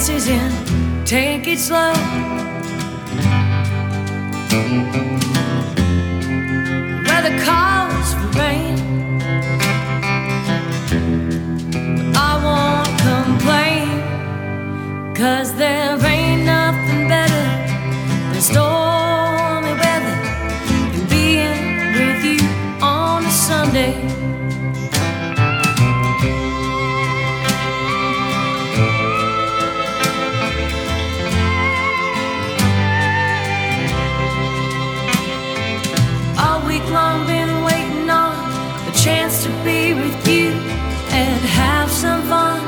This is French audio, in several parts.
horses in, take it slow. Weather calls for rain, I won't complain, 'cause there ain't nothing better than stormy weather and being with you on a Sunday. All week long been waiting on the chance to be with you and have some fun.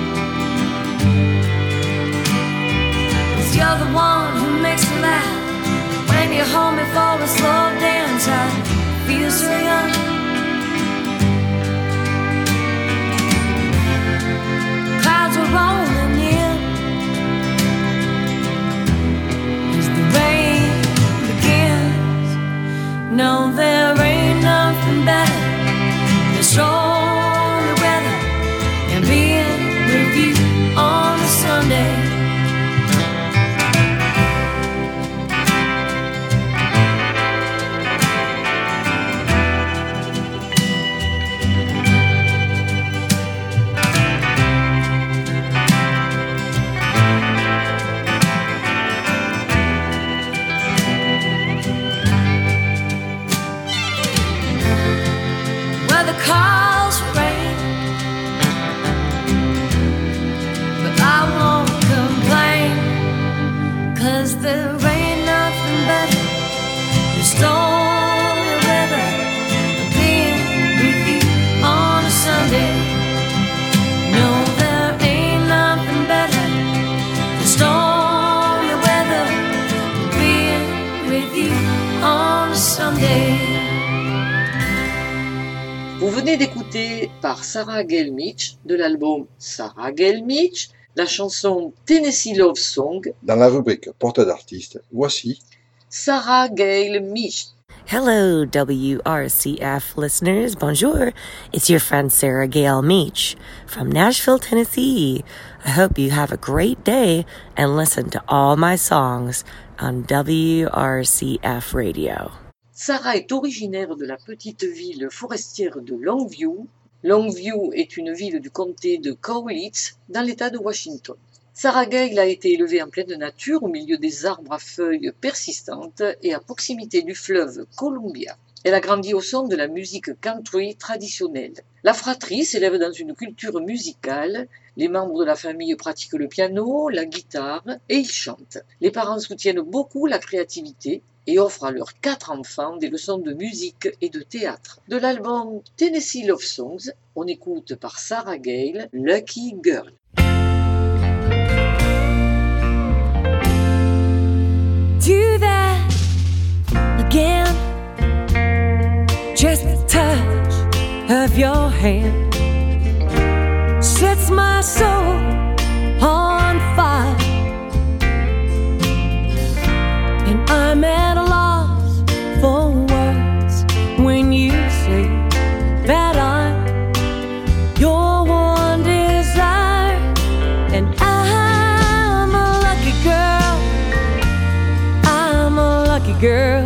'Cause you're the one who makes me laugh when you hold me for a slow dance. I feel so young. Clouds are rolling in as the rain begins. No, there ain't nothing better than stormy weather and being with you on a Sunday. Weather calls for rain, but I won't complain, 'cause there ain't nothing better than stormy weather and being with you on a Sunday. No, there ain't nothing better than stormy weather and being with you on a Sunday. Vous venez d'écouter par Sarah Gale Mitch de l'album Sarah Gale Mitch la chanson Tennessee Love Song. Dans la rubrique Portrait d'artiste, voici Sarah Gale Mitch. Hello, WRCF listeners. Bonjour. It's your friend Sarah Gale Meach from Nashville, Tennessee. I hope you have a great day and listen to all my songs on WRCF Radio. Sarah est originaire de la petite ville forestière de Longview. Longview est une ville du comté de Cowlitz, dans l'État de Washington. Sarah Gale a été élevée en pleine nature, au milieu des arbres à feuilles persistantes et à proximité du fleuve Columbia. Elle a grandi au son de la musique country traditionnelle. La fratrie s'élève dans une culture musicale. Les membres de la famille pratiquent le piano, la guitare et ils chantent. Les parents soutiennent beaucoup la créativité et offrent à leurs 4 enfants des leçons de musique et de théâtre. De l'album Tennessee Love Songs, on écoute par Sarah Gale Lucky Girl. Do that again. Just the touch of your hand sets my soul on fire, and I'm at a loss for words when you say that I'm your one desire, and I'm a lucky girl. I'm a lucky girl.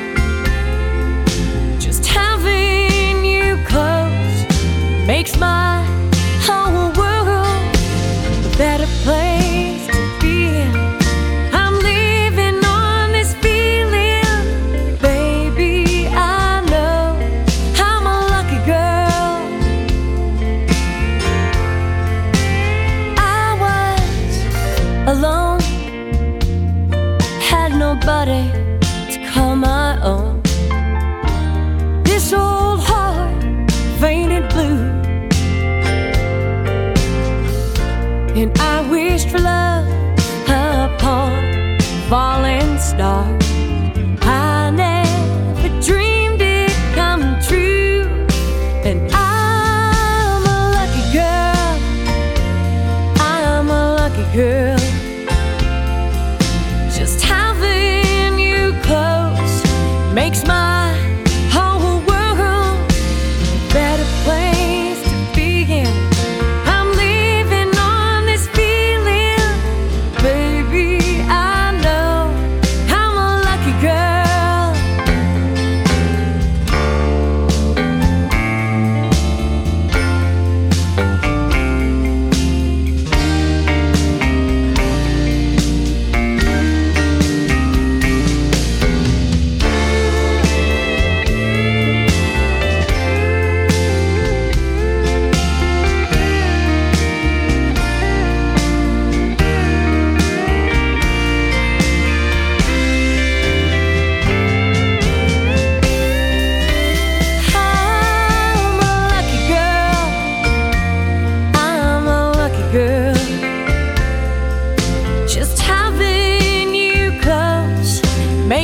Just having you close makes my whole world a better place to be. I'm living on this feeling, baby. I know I'm a lucky girl. I was alone, had nobody to call my own. This old heart fainted blue,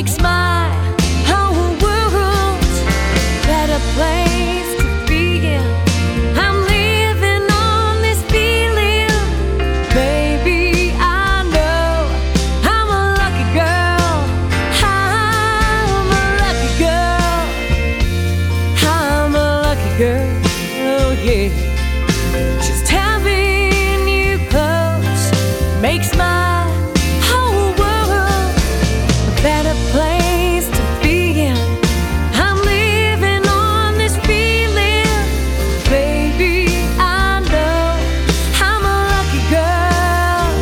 makes my whole world a better place to be in. I'm living on this feeling, baby. I know I'm a lucky girl. I'm a lucky girl. I'm a lucky girl. Oh yeah. Just having you close makes my whole world a better place to be in. I'm living on this feeling, baby. I know I'm a lucky girl.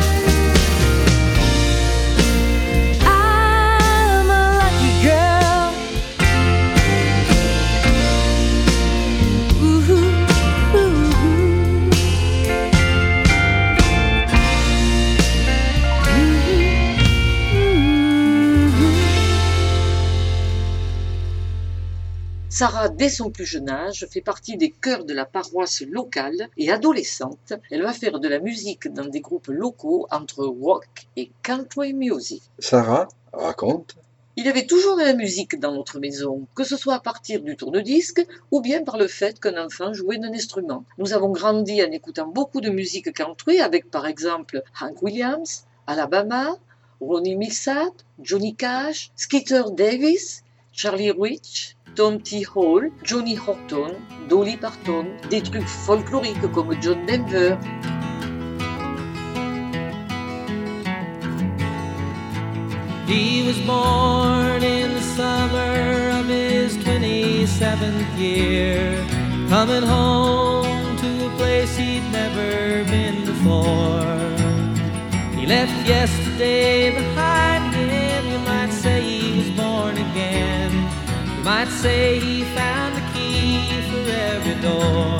I'm a lucky girl. Ooh, ooh, Sarah, dès son plus jeune âge, fait partie des chœurs de la paroisse locale et adolescente, elle va faire de la musique dans des groupes locaux entre rock et country music. Sarah raconte. Il y avait toujours de la musique dans notre maison, que ce soit à partir du tourne-disque ou bien par le fait qu'un enfant jouait d'un instrument. Nous avons grandi en écoutant beaucoup de musique country avec par exemple Hank Williams, Alabama, Ronnie Milsap, Johnny Cash, Skeeter Davis, Charlie Rich, Tom T. Hall, Johnny Horton, Dolly Parton, des trucs folkloriques comme John Denver. He was born in the summer of his 27th year, coming home to a place he'd never been before. He left yesterday behind him. You might say he was born again. You might say he found the key for every door.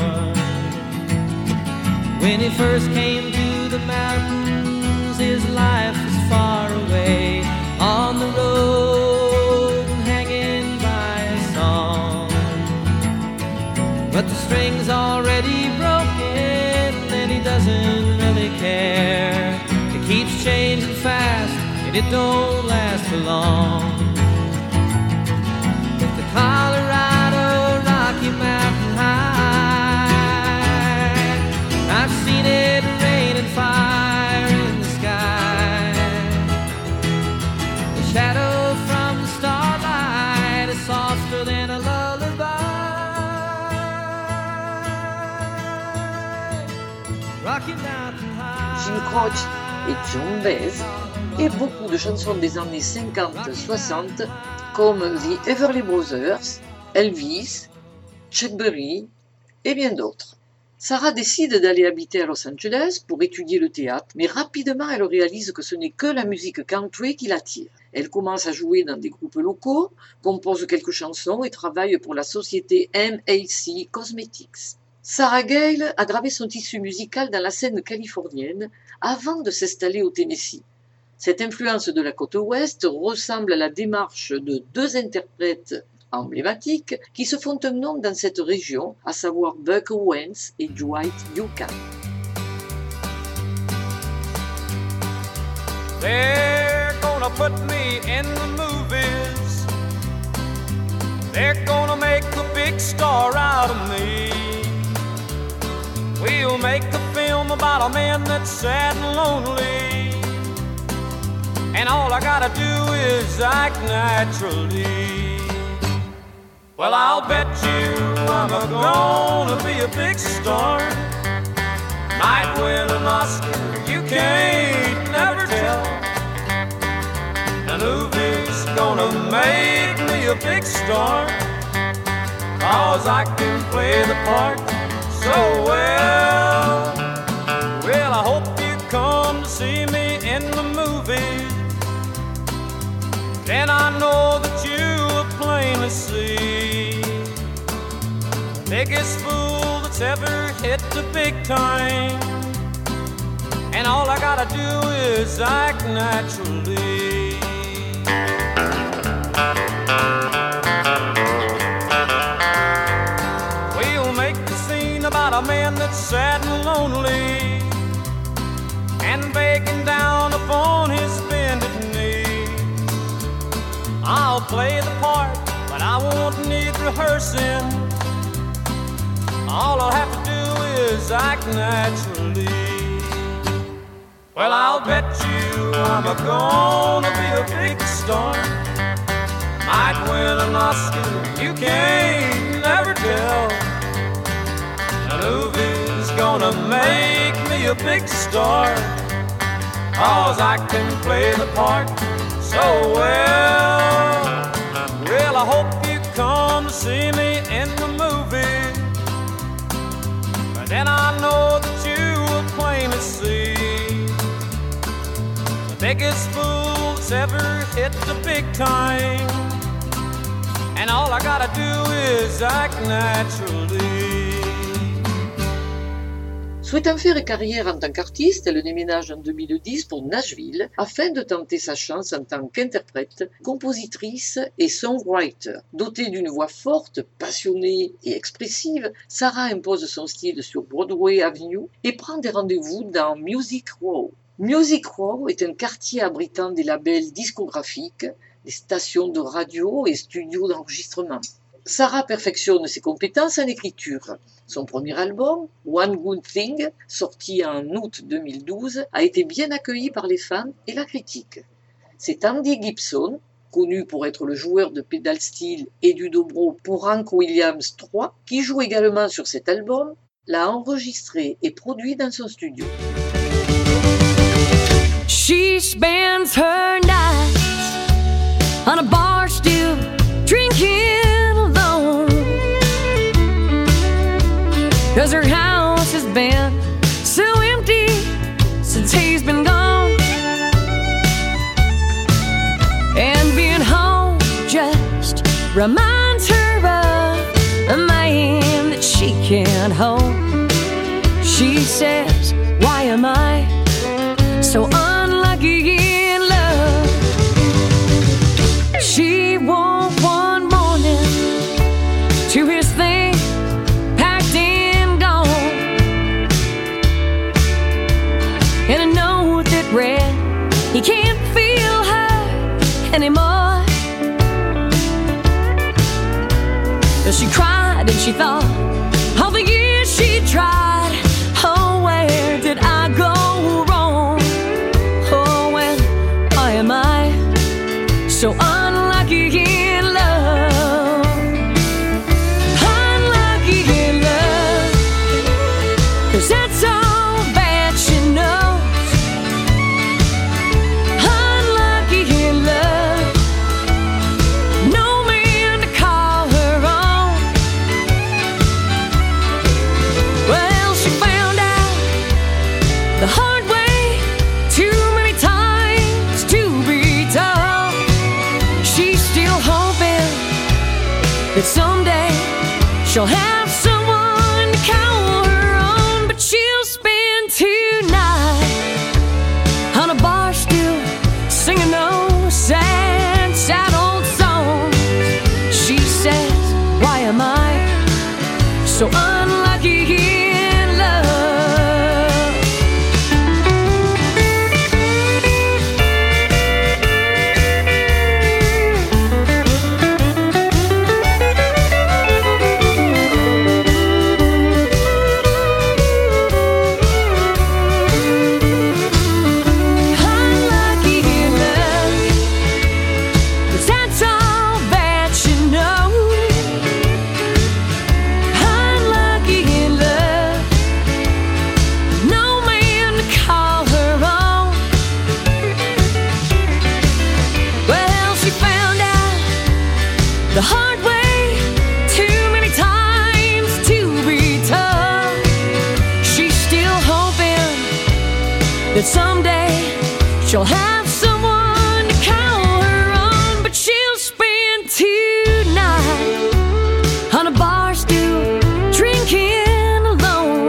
When he first came to the mountains, his life was far away, on the road and hanging by a song. But the string's already broken and he doesn't really care. It keeps changing fast and it don't last for long. With the Colorado Rocky Mountain High, I've seen it rain and fire in the sky. The shadow from the starlight is softer than a lullaby. Rocky Mountain High. Jim Croce et John Baez, et beaucoup de chansons des années 50-60 comme The Everly Brothers, Elvis, Chuck Berry et bien d'autres. Sarah décide d'aller habiter à Los Angeles pour étudier le théâtre, mais rapidement elle réalise que ce n'est que la musique country qui l'attire. Elle commence à jouer dans des groupes locaux, compose quelques chansons et travaille pour la société MAC Cosmetics. Sarah Gale a gravé son tissu musical dans la scène californienne avant de s'installer au Tennessee. Cette influence de la côte ouest ressemble à la démarche de deux interprètes emblématiques qui se font un nom dans cette région, à savoir Buck Owens et Dwight Yoakam. They're gonna put me in the movies. They're gonna make a big star out of me. We'll make a film about a man that's sad and lonely, and all I gotta do is act naturally. Well, I'll bet you I'm gonna be a big star. Might win an Oscar, you can't never tell. The movie's gonna make me a big star, 'cause I can play the part so well. Well, I hope you come to see me in the movie. Then I know that you will plainly see the biggest fool that's ever hit the big time, and all I gotta do is act naturally. We'll make the scene about a man that's sad and lonely, and begging down upon his bended knee. I'll play the part, but I won't need rehearsing. All I'll have to do is act naturally. Well, I'll bet you I'm gonna be a big star. Might win an Oscar, you can't never tell. The movie's gonna make me a big star, 'cause I can play the part so well. Well, I hope you come to see me in the movie, but then I know that you will plainly see the biggest fool that's ever hit the big time, and all I gotta do is act naturally. Souhaitant faire carrière en tant qu'artiste, elle déménage en 2010 pour Nashville afin de tenter sa chance en tant qu'interprète, compositrice et songwriter. Dotée d'une voix forte, passionnée et expressive, Sarah impose son style sur Broadway Avenue et prend des rendez-vous dans Music Row. Music Row est un quartier abritant des labels discographiques, des stations de radio et studios d'enregistrement. Sarah perfectionne ses compétences en écriture. Son premier album, One Good Thing, sorti en août 2012, a été bien accueilli par les fans et la critique. C'est Andy Gibson, connu pour être le joueur de pedal steel et du dobro pour Hank Williams III, qui joue également sur cet album, l'a enregistré et produit dans son studio. She spends her nights on a bar stool, drinking alone, 'cause her house has been so empty since he's been gone. And being home just reminds her of a man that she can't hold. She says, why am I so unlucky in love? She woke one morning to his things packed and gone, and a note that read, he can't feel her anymore. But she cried and she thought, all the years she tried, oh, where did I go wrong? Oh, well, why am I so unlucky in love? Unlucky in love, 'cause that's all that she knows. Unlucky in love, no man to call her own. Well, she found out the hard way too many times to be told. She's still hoping that someday she'll have someone to call her own, but she'll spend tonight on a bar stool singing those sad, sad old songs. She says, why am I so unlucky in love? Unlucky in love, 'cause that's all that you know. Unlucky in love, no man to call her own. Well, she found out the hard way too many times to be told. She's still hoping that someday she'll have someone to call her own, but she'll spend tonight on a bar stool drinking alone,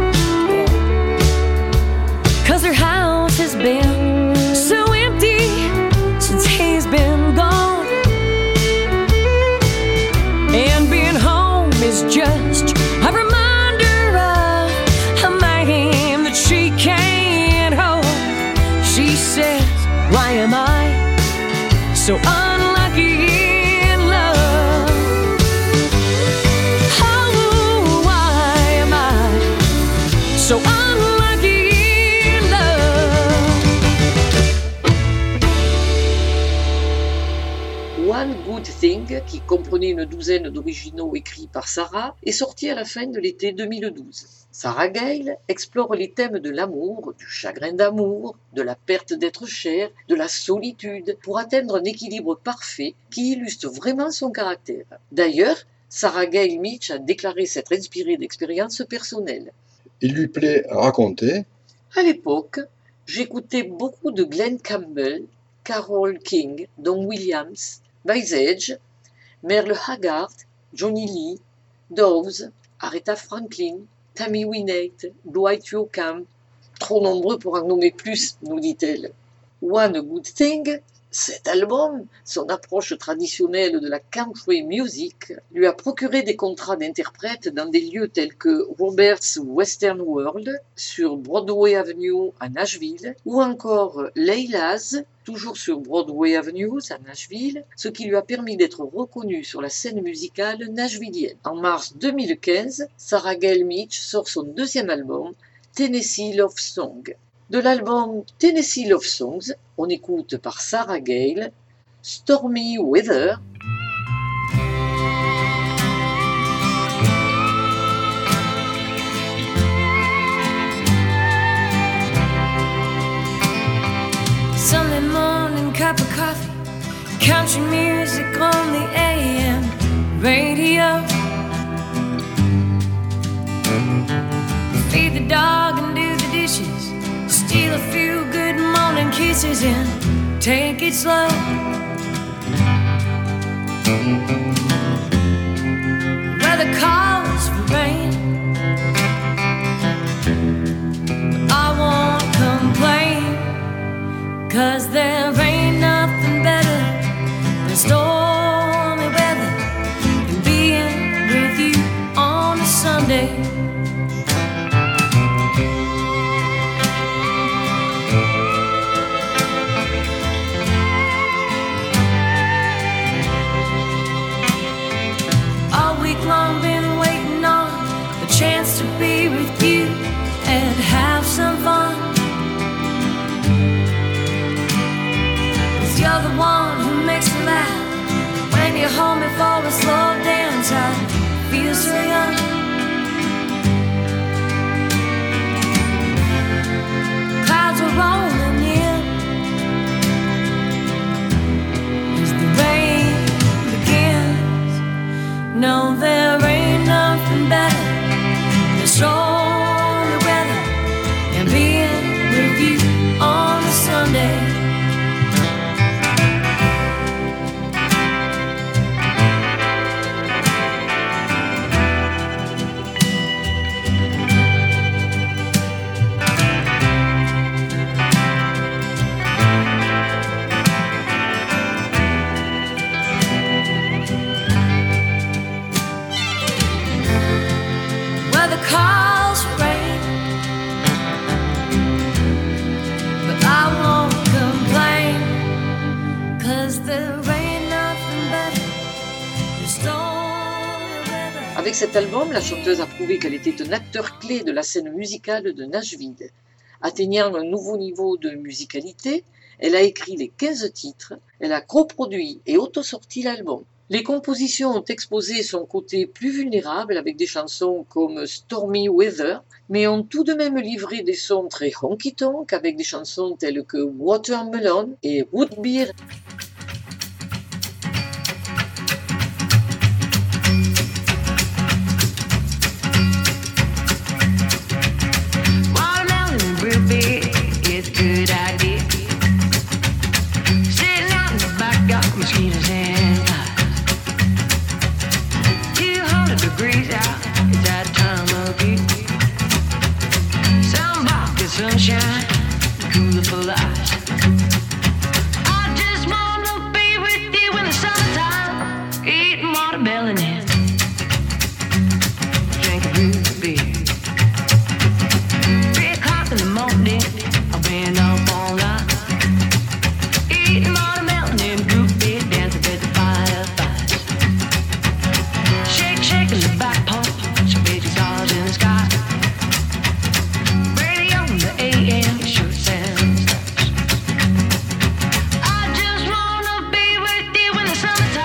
'cause her house has been so empty since he's been gone. And being home is just a reminder of a man that she can't hold. She says, why am I so unlucky One Good Thing, qui comprenait une douzaine d'originaux écrits par Sarah, est sorti à la fin de l'été 2012. Sarah Gale explore les thèmes de l'amour, du chagrin d'amour, de la perte d'être cher, de la solitude, pour atteindre un équilibre parfait qui illustre vraiment son caractère. D'ailleurs, Sarah Gale Mitch a déclaré s'être inspirée d'expériences personnelles. Il lui plaît raconter. À l'époque, j'écoutais beaucoup de Glenn Campbell, Carole King, Don Williams, Bass Edge, Merle Haggard, Johnny Lee, Doves, Aretha Franklin, Tammy Wynette, Dwight Yoakam, trop nombreux pour en nommer plus, nous dit-elle. One Good Thing, cet album, son approche traditionnelle de la country music, lui a procuré des contrats d'interprète dans des lieux tels que Robert's Western World, sur Broadway Avenue à Nashville, ou encore Layla's, toujours sur Broadway Avenue à Nashville, ce qui lui a permis d'être reconnue sur la scène musicale nashvillienne. En mars 2015, Sarah Gale Mitch sort son deuxième album, Tennessee Love Song. De l'album Tennessee Love Songs, on écoute par Sarah Gale, Stormy Weather. Sunday morning cup of coffee, country music on the AM radio. Feed the dog and do the dishes, steal a few good morning kisses and take it slow. Weather calls for rain, but I won't complain, 'cause there ain't nothing better than stormy weather and being with you on a Sunday. Long been waiting on the chance to be with you and have some fun. 'Cause you're the one who makes me laugh when you hold me for a slow dance. I feel so young. Clouds are rolling in as the rain begins. No, there ain't nothing better than stormy weather and being with you on a Sunday. Calls rain, but I won't complain, 'cause there ain't nothing better than stormy weather. Avec cet album, la chanteuse a prouvé qu'elle était un acteur clé de la scène musicale de Nashville. Atteignant un nouveau niveau de musicalité, elle a écrit les 15 titres, elle a coproduit et autosorti l'album. Les compositions ont exposé son côté plus vulnérable avec des chansons comme Stormy Weather, mais ont tout de même livré des sons très honky-tonk avec des chansons telles que Watermelon et Root Beer. Watermelon and root beer is a good idea. Sitting out in the back, got mosquitoes and flies. 200 degrees out, it's that time of year. Some vodka, sunshine, cooler for life. I just wanna be with you in the summertime, eating watermelon and drinking root beer. 3 o'clock in the morning, I've been up all night, eating watermelon and root beer, dancing with the fireflies. Shaking the back porch, big stars in the sky. Radio in the AM, sure sounds nice. I just wanna be with you in the summertime.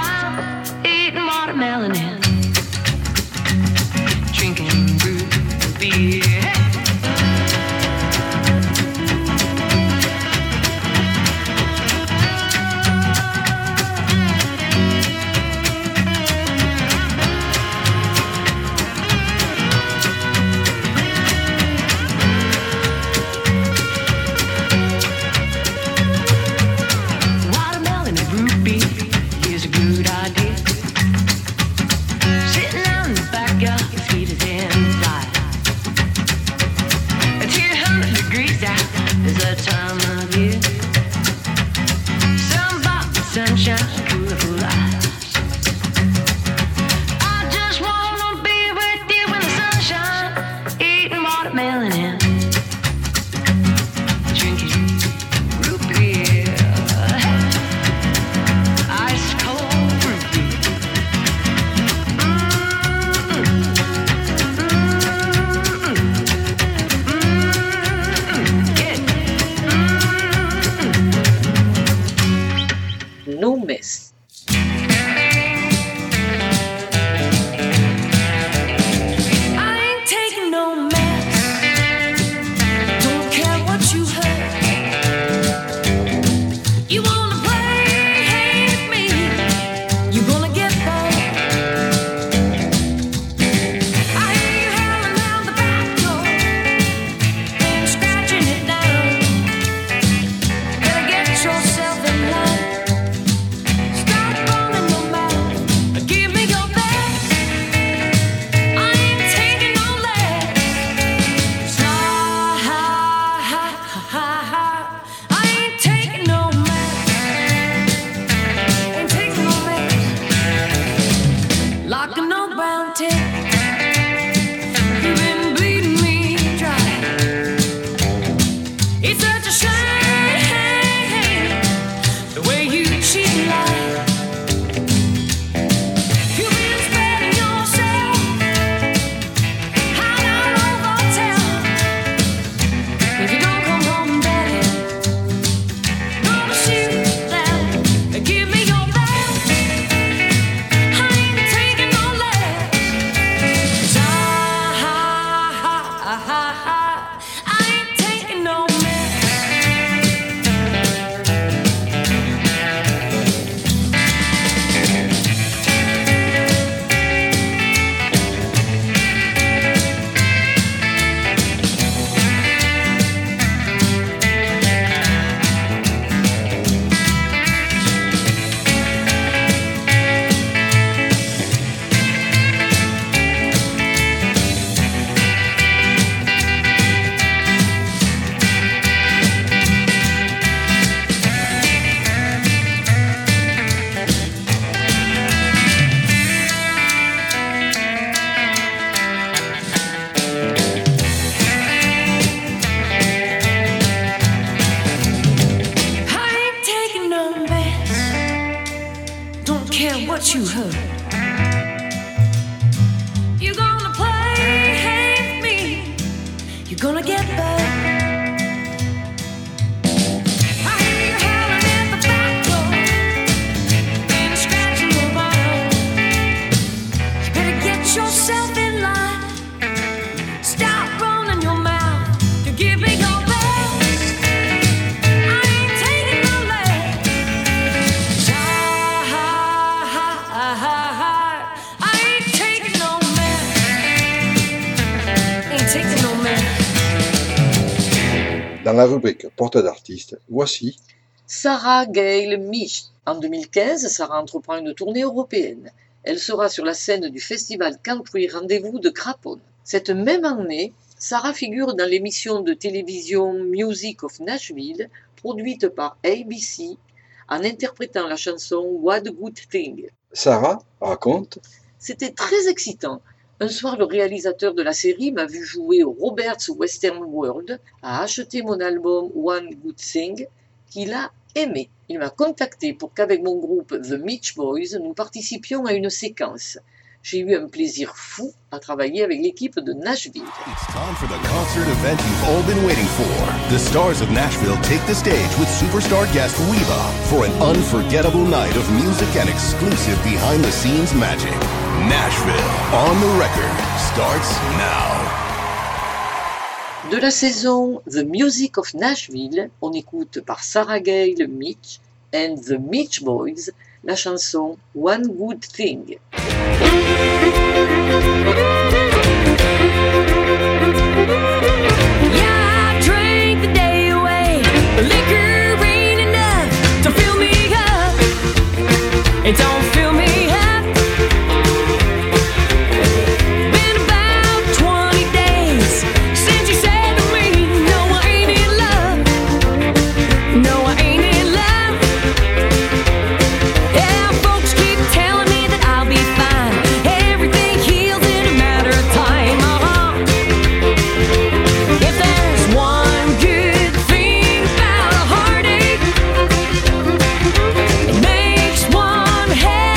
her. You're gonna play with me, you're gonna get back. Yourself in line. Stop running your mouth to give me your best. I ain't taking no less. I ain't taking no mess. Ain't taking no mess. Dans la rubrique portrait d'artiste, voici Sarah Gale Mich. En 2015, Sarah entreprend une tournée européenne. Elle sera sur la scène du festival Country Rendez-vous de Craponne. Cette même année, Sarah figure dans l'émission de télévision Music of Nashville, produite par ABC, en interprétant la chanson What a Good Thing. Sarah raconte C'était très excitant. Un soir, le réalisateur de la série m'a vu jouer au Robert's Western World, a acheté mon album One Good Thing, qu'il a aimé. Il m'a contacté pour qu'avec mon groupe The Beach Boys, nous participions à une séquence. J'ai eu un plaisir fou à travailler avec l'équipe de Nashville. It's time for the concert event you've all been waiting for. The stars of Nashville take the stage with superstar guest Reba for an unforgettable night of music and exclusive behind-the-scenes magic. Nashville on the record starts now. De la saison The Music of Nashville, on écoute par Sarah Gale Mich and The Beach Boys la chanson One Good Thing. Yeah, I drank the day away. The liquor ain't enough to fill me up. It don't fill me up. Been about 20 days since you said to me, no, I ain't in love. No, I ain't in love. Yeah, folks keep telling me that I'll be fine. Everything heals in a matter of time. If there's one good thing about a heartache, it makes one hell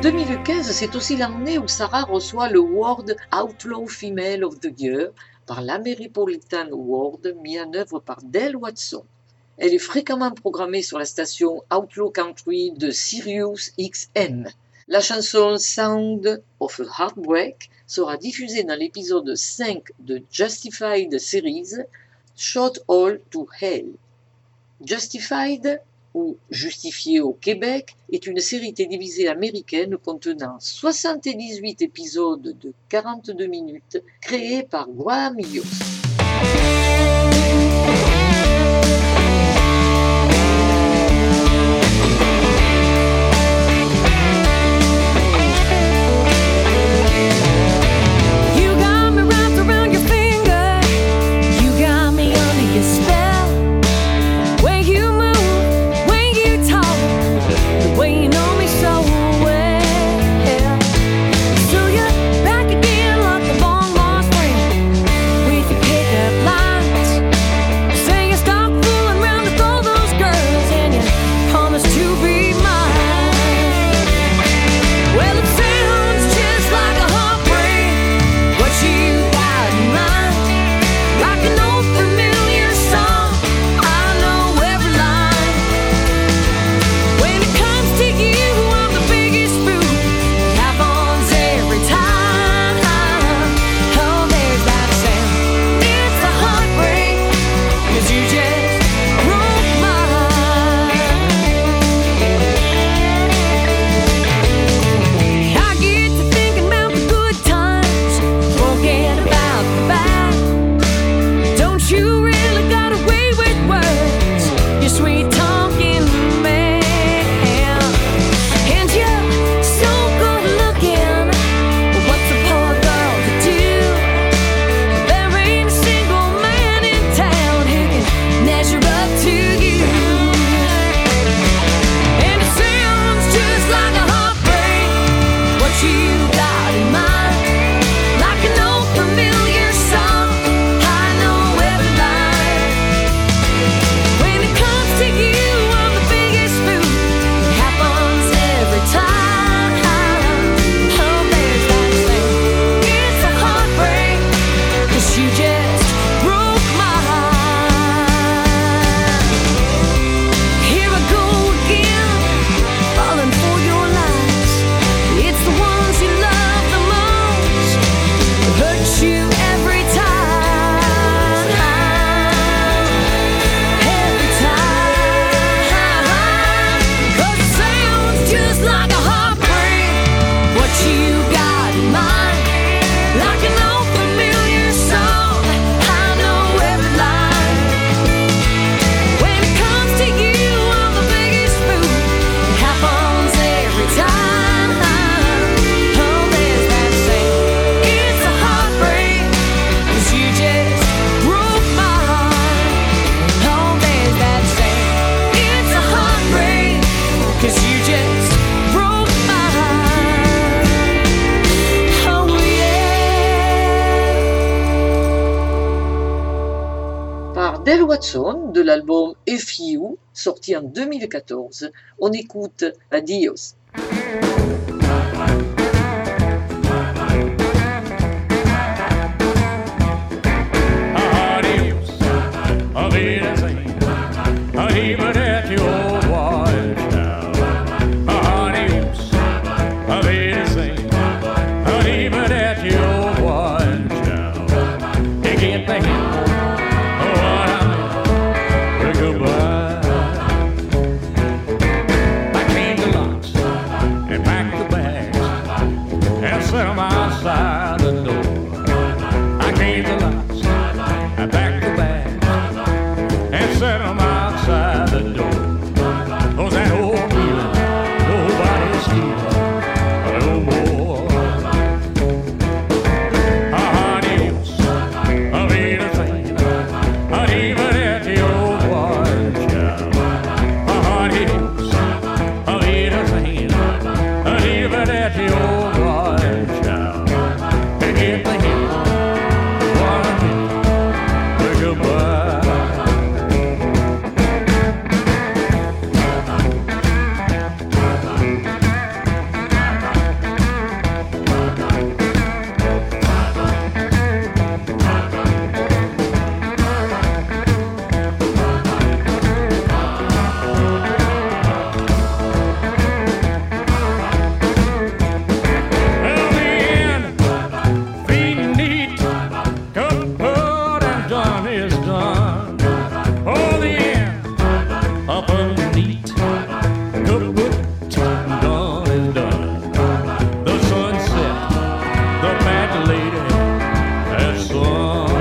2015, c'est aussi l'année où Sarah reçoit le World Outlaw Female of the Year par l'Ameripolitan Award mis en œuvre par Del Watson. Elle est fréquemment programmée sur la station Outlaw Country de Sirius XM. La chanson Sound of a Heartbreak sera diffusée dans l'épisode 5 de Justified Series, Shot All to Hell. Justified, ou Justifié au Québec, est une série télévisée américaine contenant 78 épisodes de 42 minutes créée par Graham Yost. Del Watson, de l'album If You, sorti en 2014, on écoute Adios. Back to seat. Kaput, done is done. The sunset, the mad lady has sung.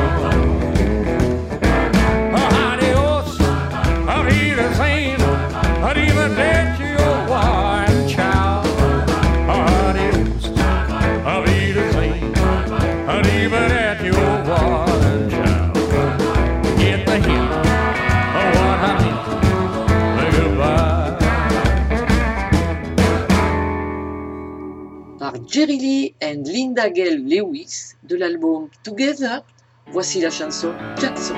Adios, Auf Wiedersehen, arrivederci, your wine child. Adios, Auf Wiedersehen, arrivederci, your wine child. Get the hint of what I mean. Goodbye. Par Jerry Lee and Linda Gale Lewis de l'album Together, voici la chanson Jackson.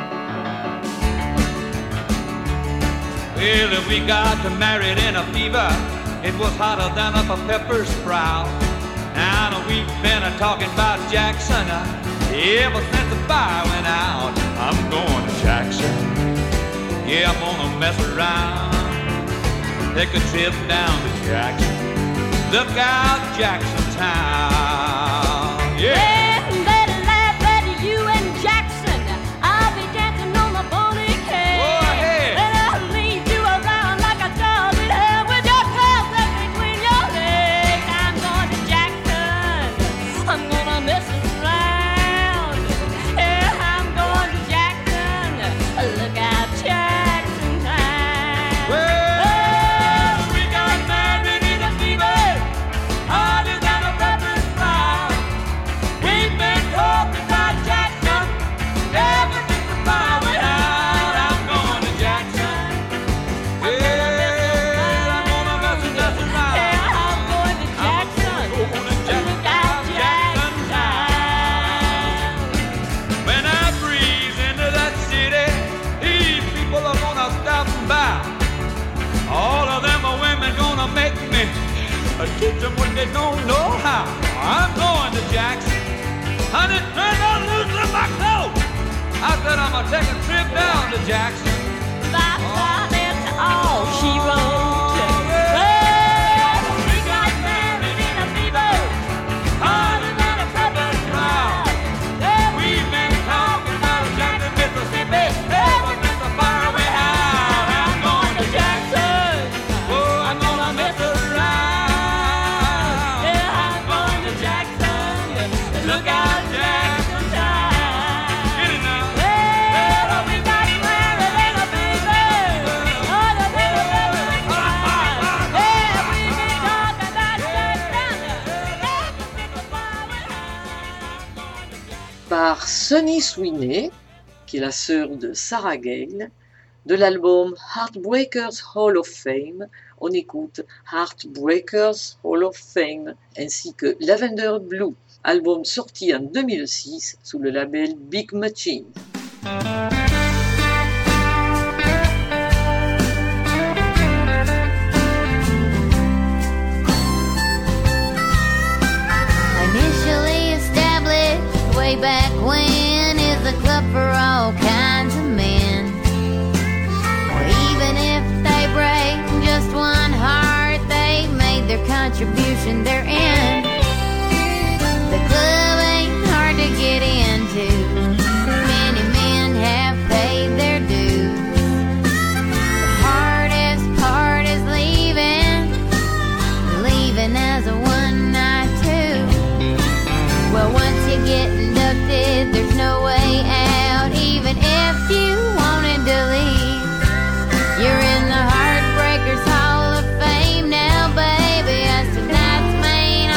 Well, if we got married in a fever, it was hotter than a pepper sprout. Now we've been talking about Jackson ever since the fire went out. I'm going to Jackson. Yeah, I'm gonna mess around. Take a trip down to Jackson. Look out, Jackson Town. Yeah. Teach them what they don't know how. I'm going to Jackson. Honey, turn on loose my coat. I said I'm gonna take a trip down to Jackson. Bye-bye, that's all she wrote. Par Sunny Sweeney, qui est la sœur de Sarah Gale, de l'album Heartbreakers Hall of Fame, on écoute Heartbreakers Hall of Fame ainsi que Lavender Blue, album sorti en 2006 sous le label Big Machine. Initially established way back when is a club for all kinds of men. Or even if they break just one heart, they made their contribution therein. The club ain't hard to get into. Many men have paid their dues. The hardest part is leaving as a one-night too. Well, once you get inducted, there's no way out. Even if you wanted to leave, you're in the Heartbreakers Hall of Fame now, baby. That's tonight's main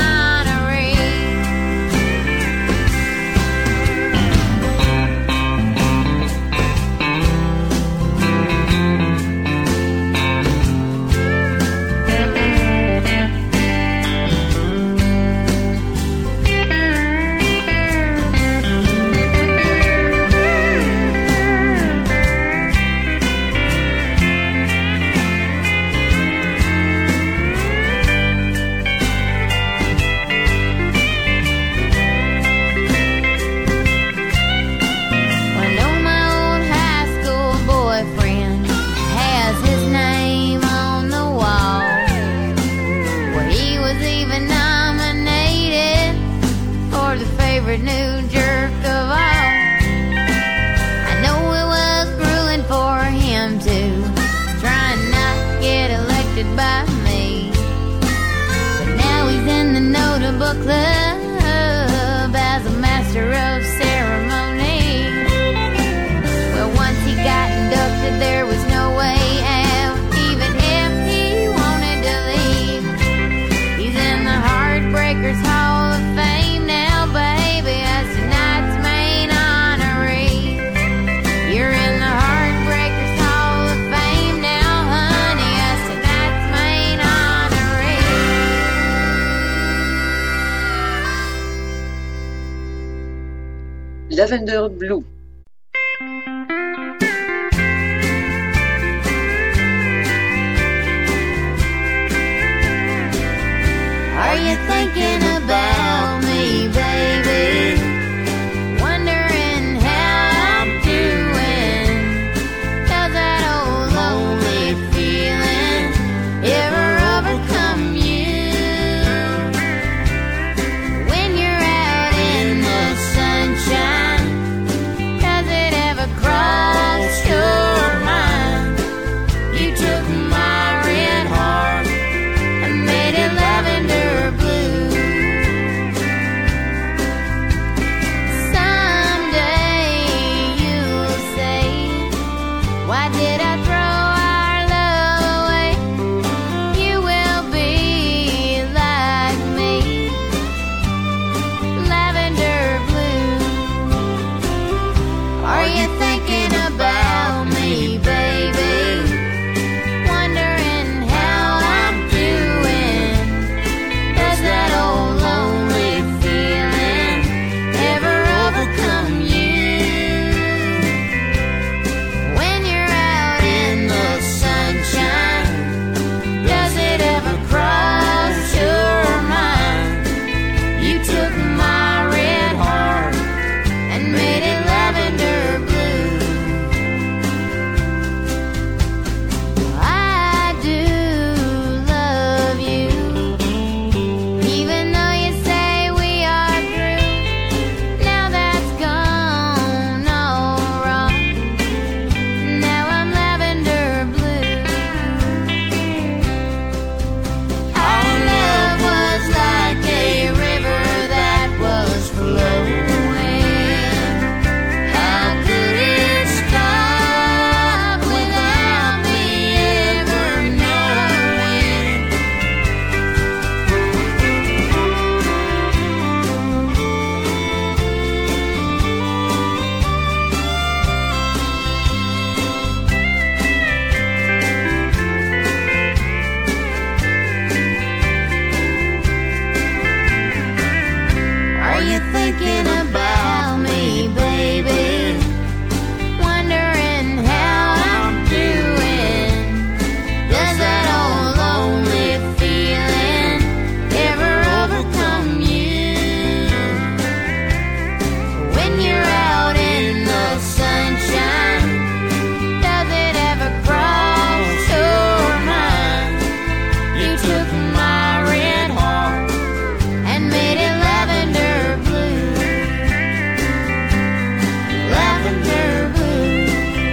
stood by me. But now he's in the notable club as a master of ceremony. Well, once he got inducted, there was no way out, even if he wanted to leave. He's in the Heartbreakers Hall of Fame now, baby, as tonight's main honoree. You're in the Heartbreakers Hall of Fame now, honey, as tonight's main honoree. Lavender Blue. Are you thinking about me, baby? Wondering how I'm doing? Does that old lonely feeling ever overcome you? When you're out in the sunshine, does it ever cross your mind? You took my red heart and made it lavender blue. Someday you'll say, why did I throw our love away? You will be like me, lavender blue. Are you thinking about me, baby? Wondering how I'm doing? Does that old lonely feeling ever overcome you? When you're out in the sunshine, does it ever cross your mind? You took my red heart and made it lavender blue. I do love you, even though you say we are through. Now that's gone all wrong. Now I'm lavender blue. Our love was like a river that was flowing. How could it stop without me ever knowing? Are you thinking about me, baby? Wondering how I'm doing? Does that old lonely feeling ever overcome you? When you're out in the sunshine, does it ever cross your mind? You took my red heart and made it lavender blue. Lavender blue.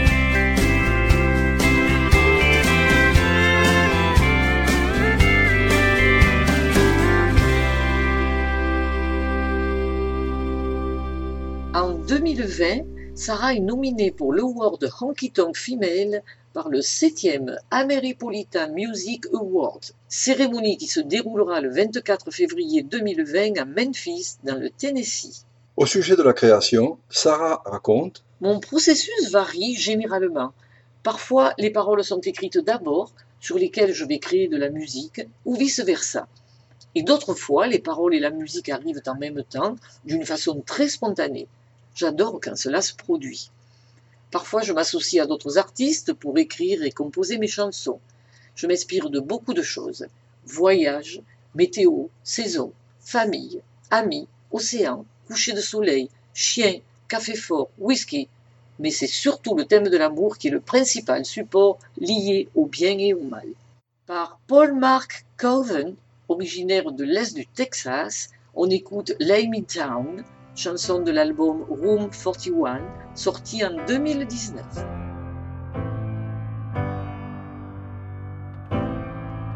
En 2020, Sarah est nominée pour l'Award Honky Tonk Female par le 7e Ameripolitan Music Awards, cérémonie qui se déroulera le 24 février 2020 à Memphis, dans le Tennessee. Au sujet de la création, Sarah raconte Mon processus varie généralement. Parfois, les paroles sont écrites d'abord, sur lesquelles je vais créer de la musique, ou vice-versa. Et d'autres fois, les paroles et la musique arrivent en même temps, d'une façon très spontanée. J'adore quand cela se produit. Parfois, je m'associe à d'autres artistes pour écrire et composer mes chansons. Je m'inspire de beaucoup de choses. Voyage, météo, saison, famille, amis, océan, coucher de soleil, chien, café fort, whisky. Mais c'est surtout le thème de l'amour qui est le principal support lié au bien et au mal. Par Paul Mark Coven, originaire de l'Est du Texas, on écoute Lay Me Down, chanson de l'album Room 41, sorti en 2019.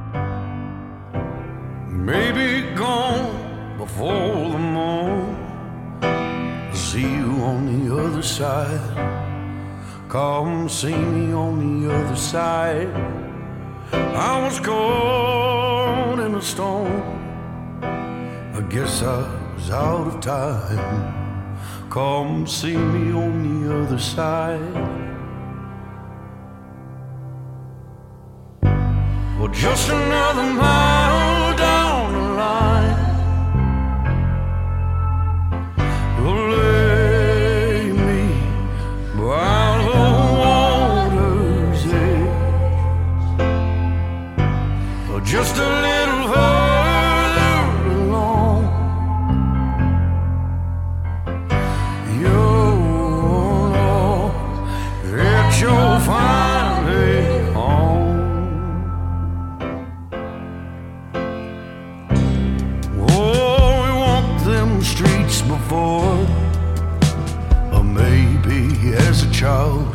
may be gone before the morn. See you on the other side. Come see me on the other side. I was caught in a storm. I guess I was out of time. Come see me on the other side. Well, just another mile down the line. You'll lay me by the water's edge. Well, just a little further along. You'll know that you'll finally home. Streets before, or maybe as a child,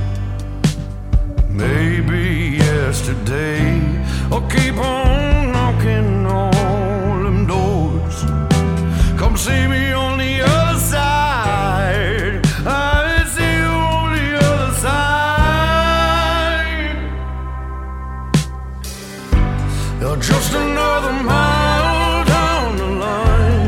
maybe yesterday. Or keep on knocking on them doors. Come see me on the other side. I see you on the other side. You're just another mile down the line.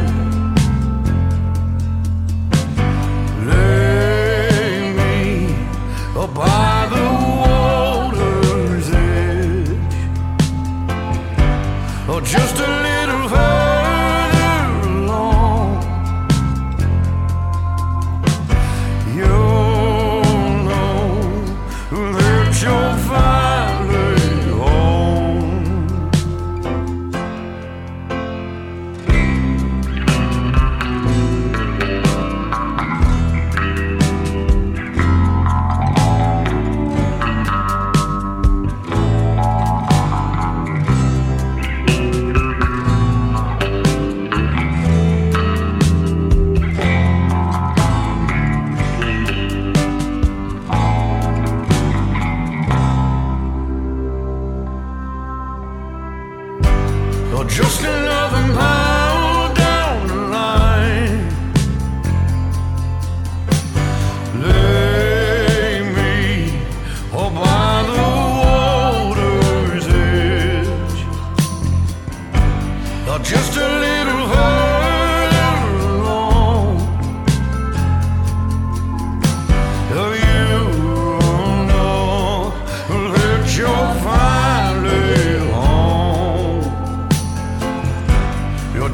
By the water's edge, or just a little further along. You'll know that you're finally home. Just another mile down the line. Lay me by the water's edge. Just a little further along. You know that you're finally home.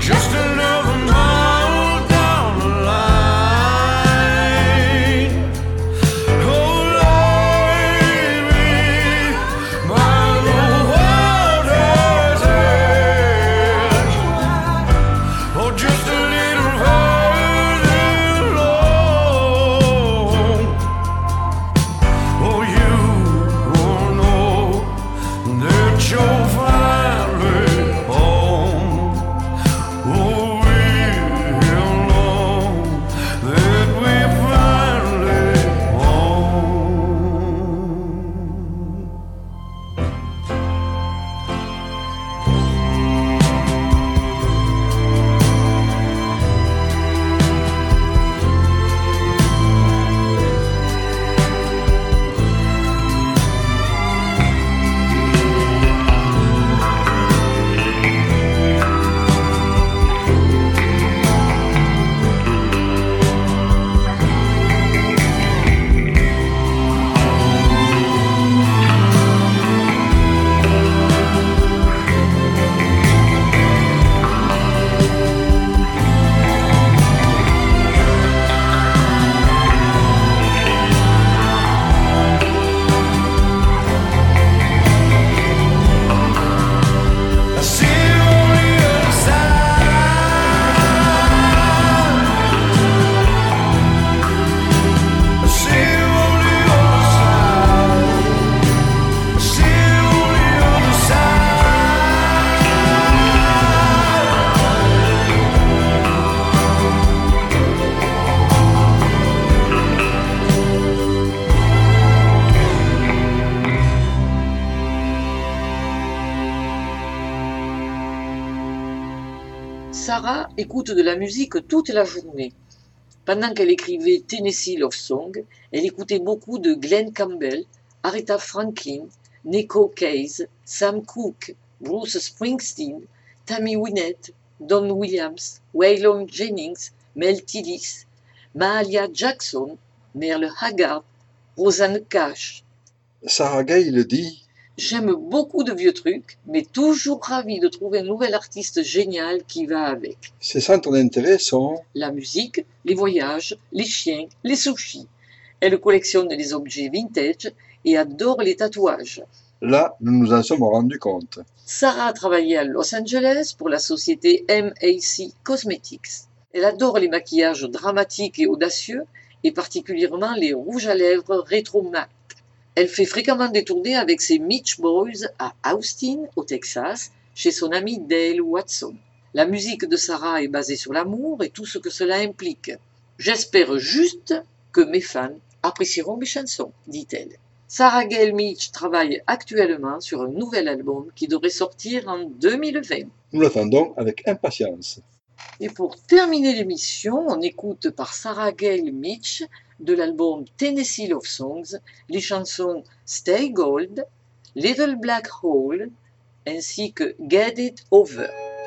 Sarah écoute de la musique toute la journée. Pendant qu'elle écrivait Tennessee Love Song, elle écoutait beaucoup de Glenn Campbell, Aretha Franklin, Neko Case, Sam Cooke, Bruce Springsteen, Tammy Wynette, Don Williams, Waylon Jennings, Mel Tillis, Mahalia Jackson, Merle Haggard, Rosanne Cash. Sarah Gale dit « J'aime beaucoup de vieux trucs, mais toujours ravie de trouver un nouvel artiste génial qui va avec. ses centres d'intérêt sont La musique, les voyages, les chiens, les sushis. Elle collectionne les objets vintage et adore les tatouages. là, nous nous en sommes rendus compte. Sarah a travaillé à Los Angeles pour la société MAC Cosmetics. Elle adore les maquillages dramatiques et audacieux, et particulièrement les rouges à lèvres rétro mat. Elle fait fréquemment des tournées avec ses Beach Boys à Austin, au Texas, chez son ami Dale Watson. La musique de Sarah est basée sur l'amour et tout ce que cela implique. J'espère juste que mes fans apprécieront mes chansons, dit-elle. Sarah Gale Meach travaille actuellement sur un nouvel album qui devrait sortir en 2020. Nous l'attendons avec impatience. Et pour terminer l'émission, on écoute par Sarah Gale Meach de l'album Tennessee Love Songs les chansons Stay Gold, Little Black Hole ainsi que Get It Over.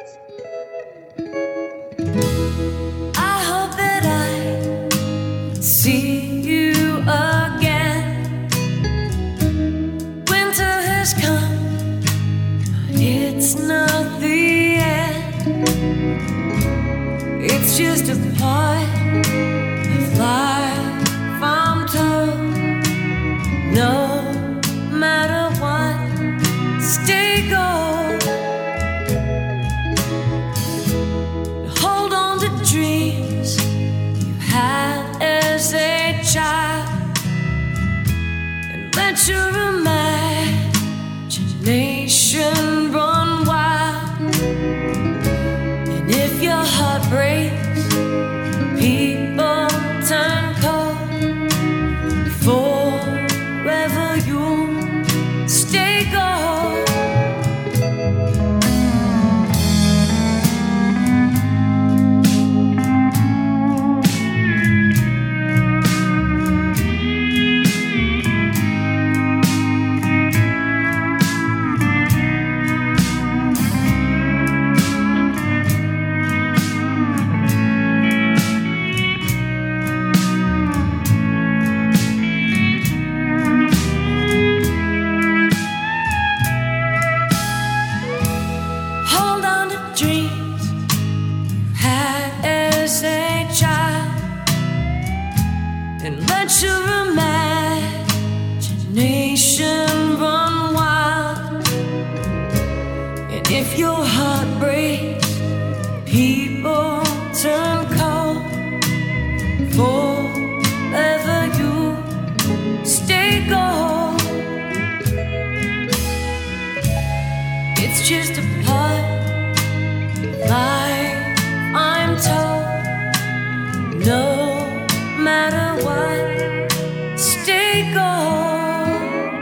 I hope that I see you again. Winter has come, but it's not the end. It's just a part of life, I'm told. No matter what, stay gold. Hold on to dreams you had as a child, and let your imagination run wild. And if your heart breaks, people turn cold. Forever you stay gold. Hold on to dreams you had as a child, and let your imagination run wild. And if your heart breaks, people turn cold. Forever you stay gold. It's just a part of life, I'm told. No matter what, stay gold.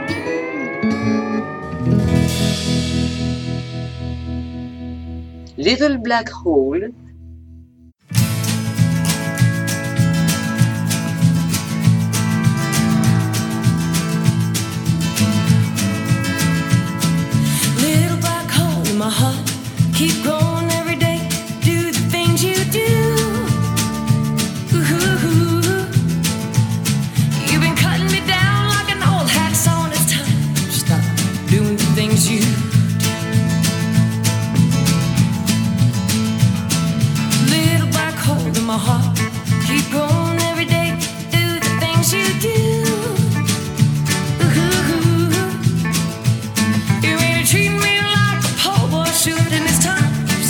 Little Black Hole. Little black hole in my heart, keep growing every day. Do the things you do. Ooh, you've been cutting me down like an old hacksaw, and it's time to stop doing the things you do. Little black hole in my heart, keep growing every day. Do the things you do. You ain't treating me like a poor boy should, and it's time to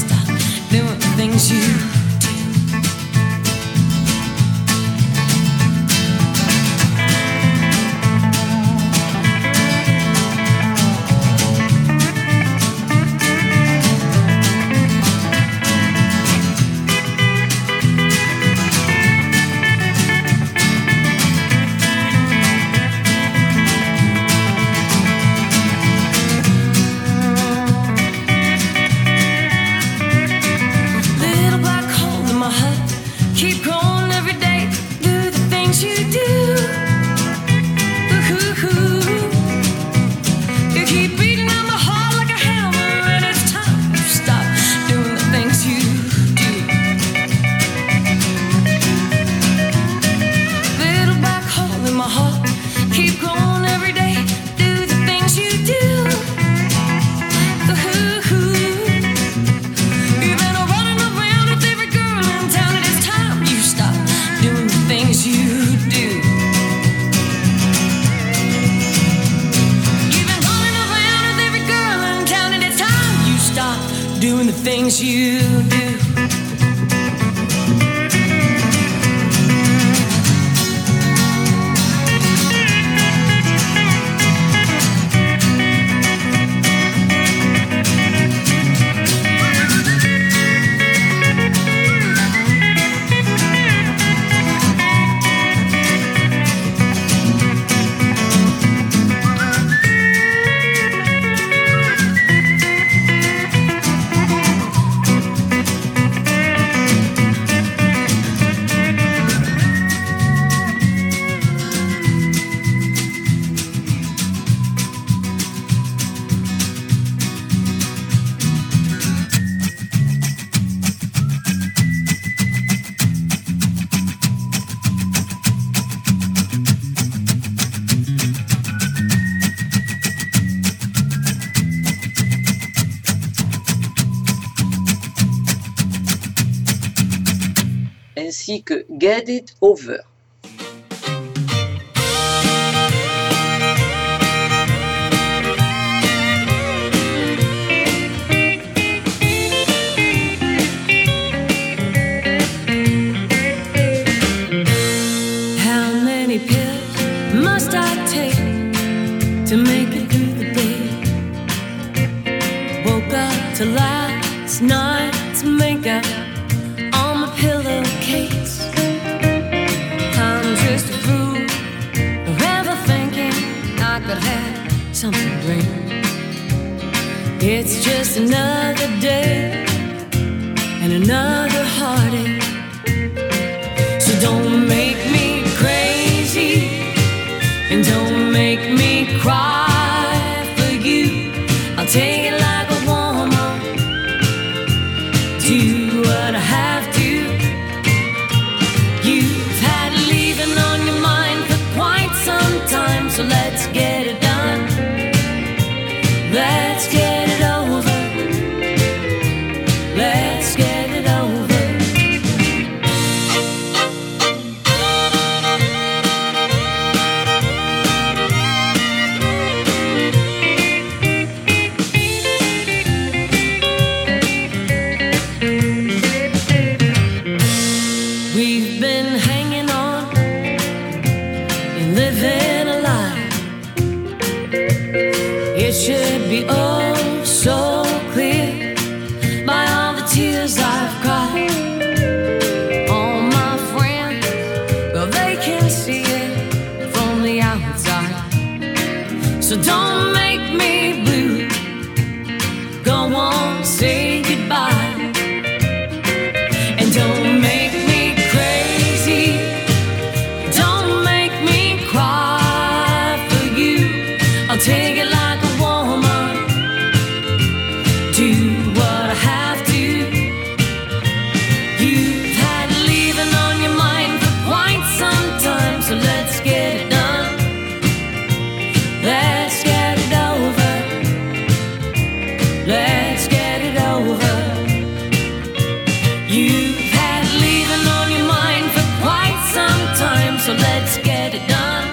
doing the things you do. Ainsi que Get It Over. How many pills must I take to make it through the day? Woke up to last night's makeup on my pillowcase. I'm just a fool, forever thinking I could have something great. It's just another day and another heartache. So don't make me crazy and don't make me cry for you. I'll take it like a woman, do what I have to. You've had leaving on your mind for quite some time, so let's get it done. Let's get it over. Let's get it over. We've been hanging on and living a lie. It should be oh so clear by all the tears I've cried. All my friends, well, they can see it from the outside. So don't make me blue. Go on, say goodbye. And don't make me crazy. Don't make me cry for you. I'll take it like a woman, do what I have to. You've had leaving on your mind for quite some time, so let's get it done. Let's get it over. Let's get it over. You've had leaving on your mind for quite some time, so let's get it done.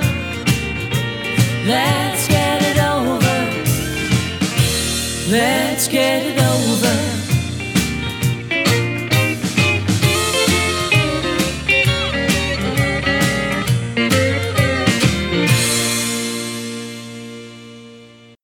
Let's get it over. Let's get it over.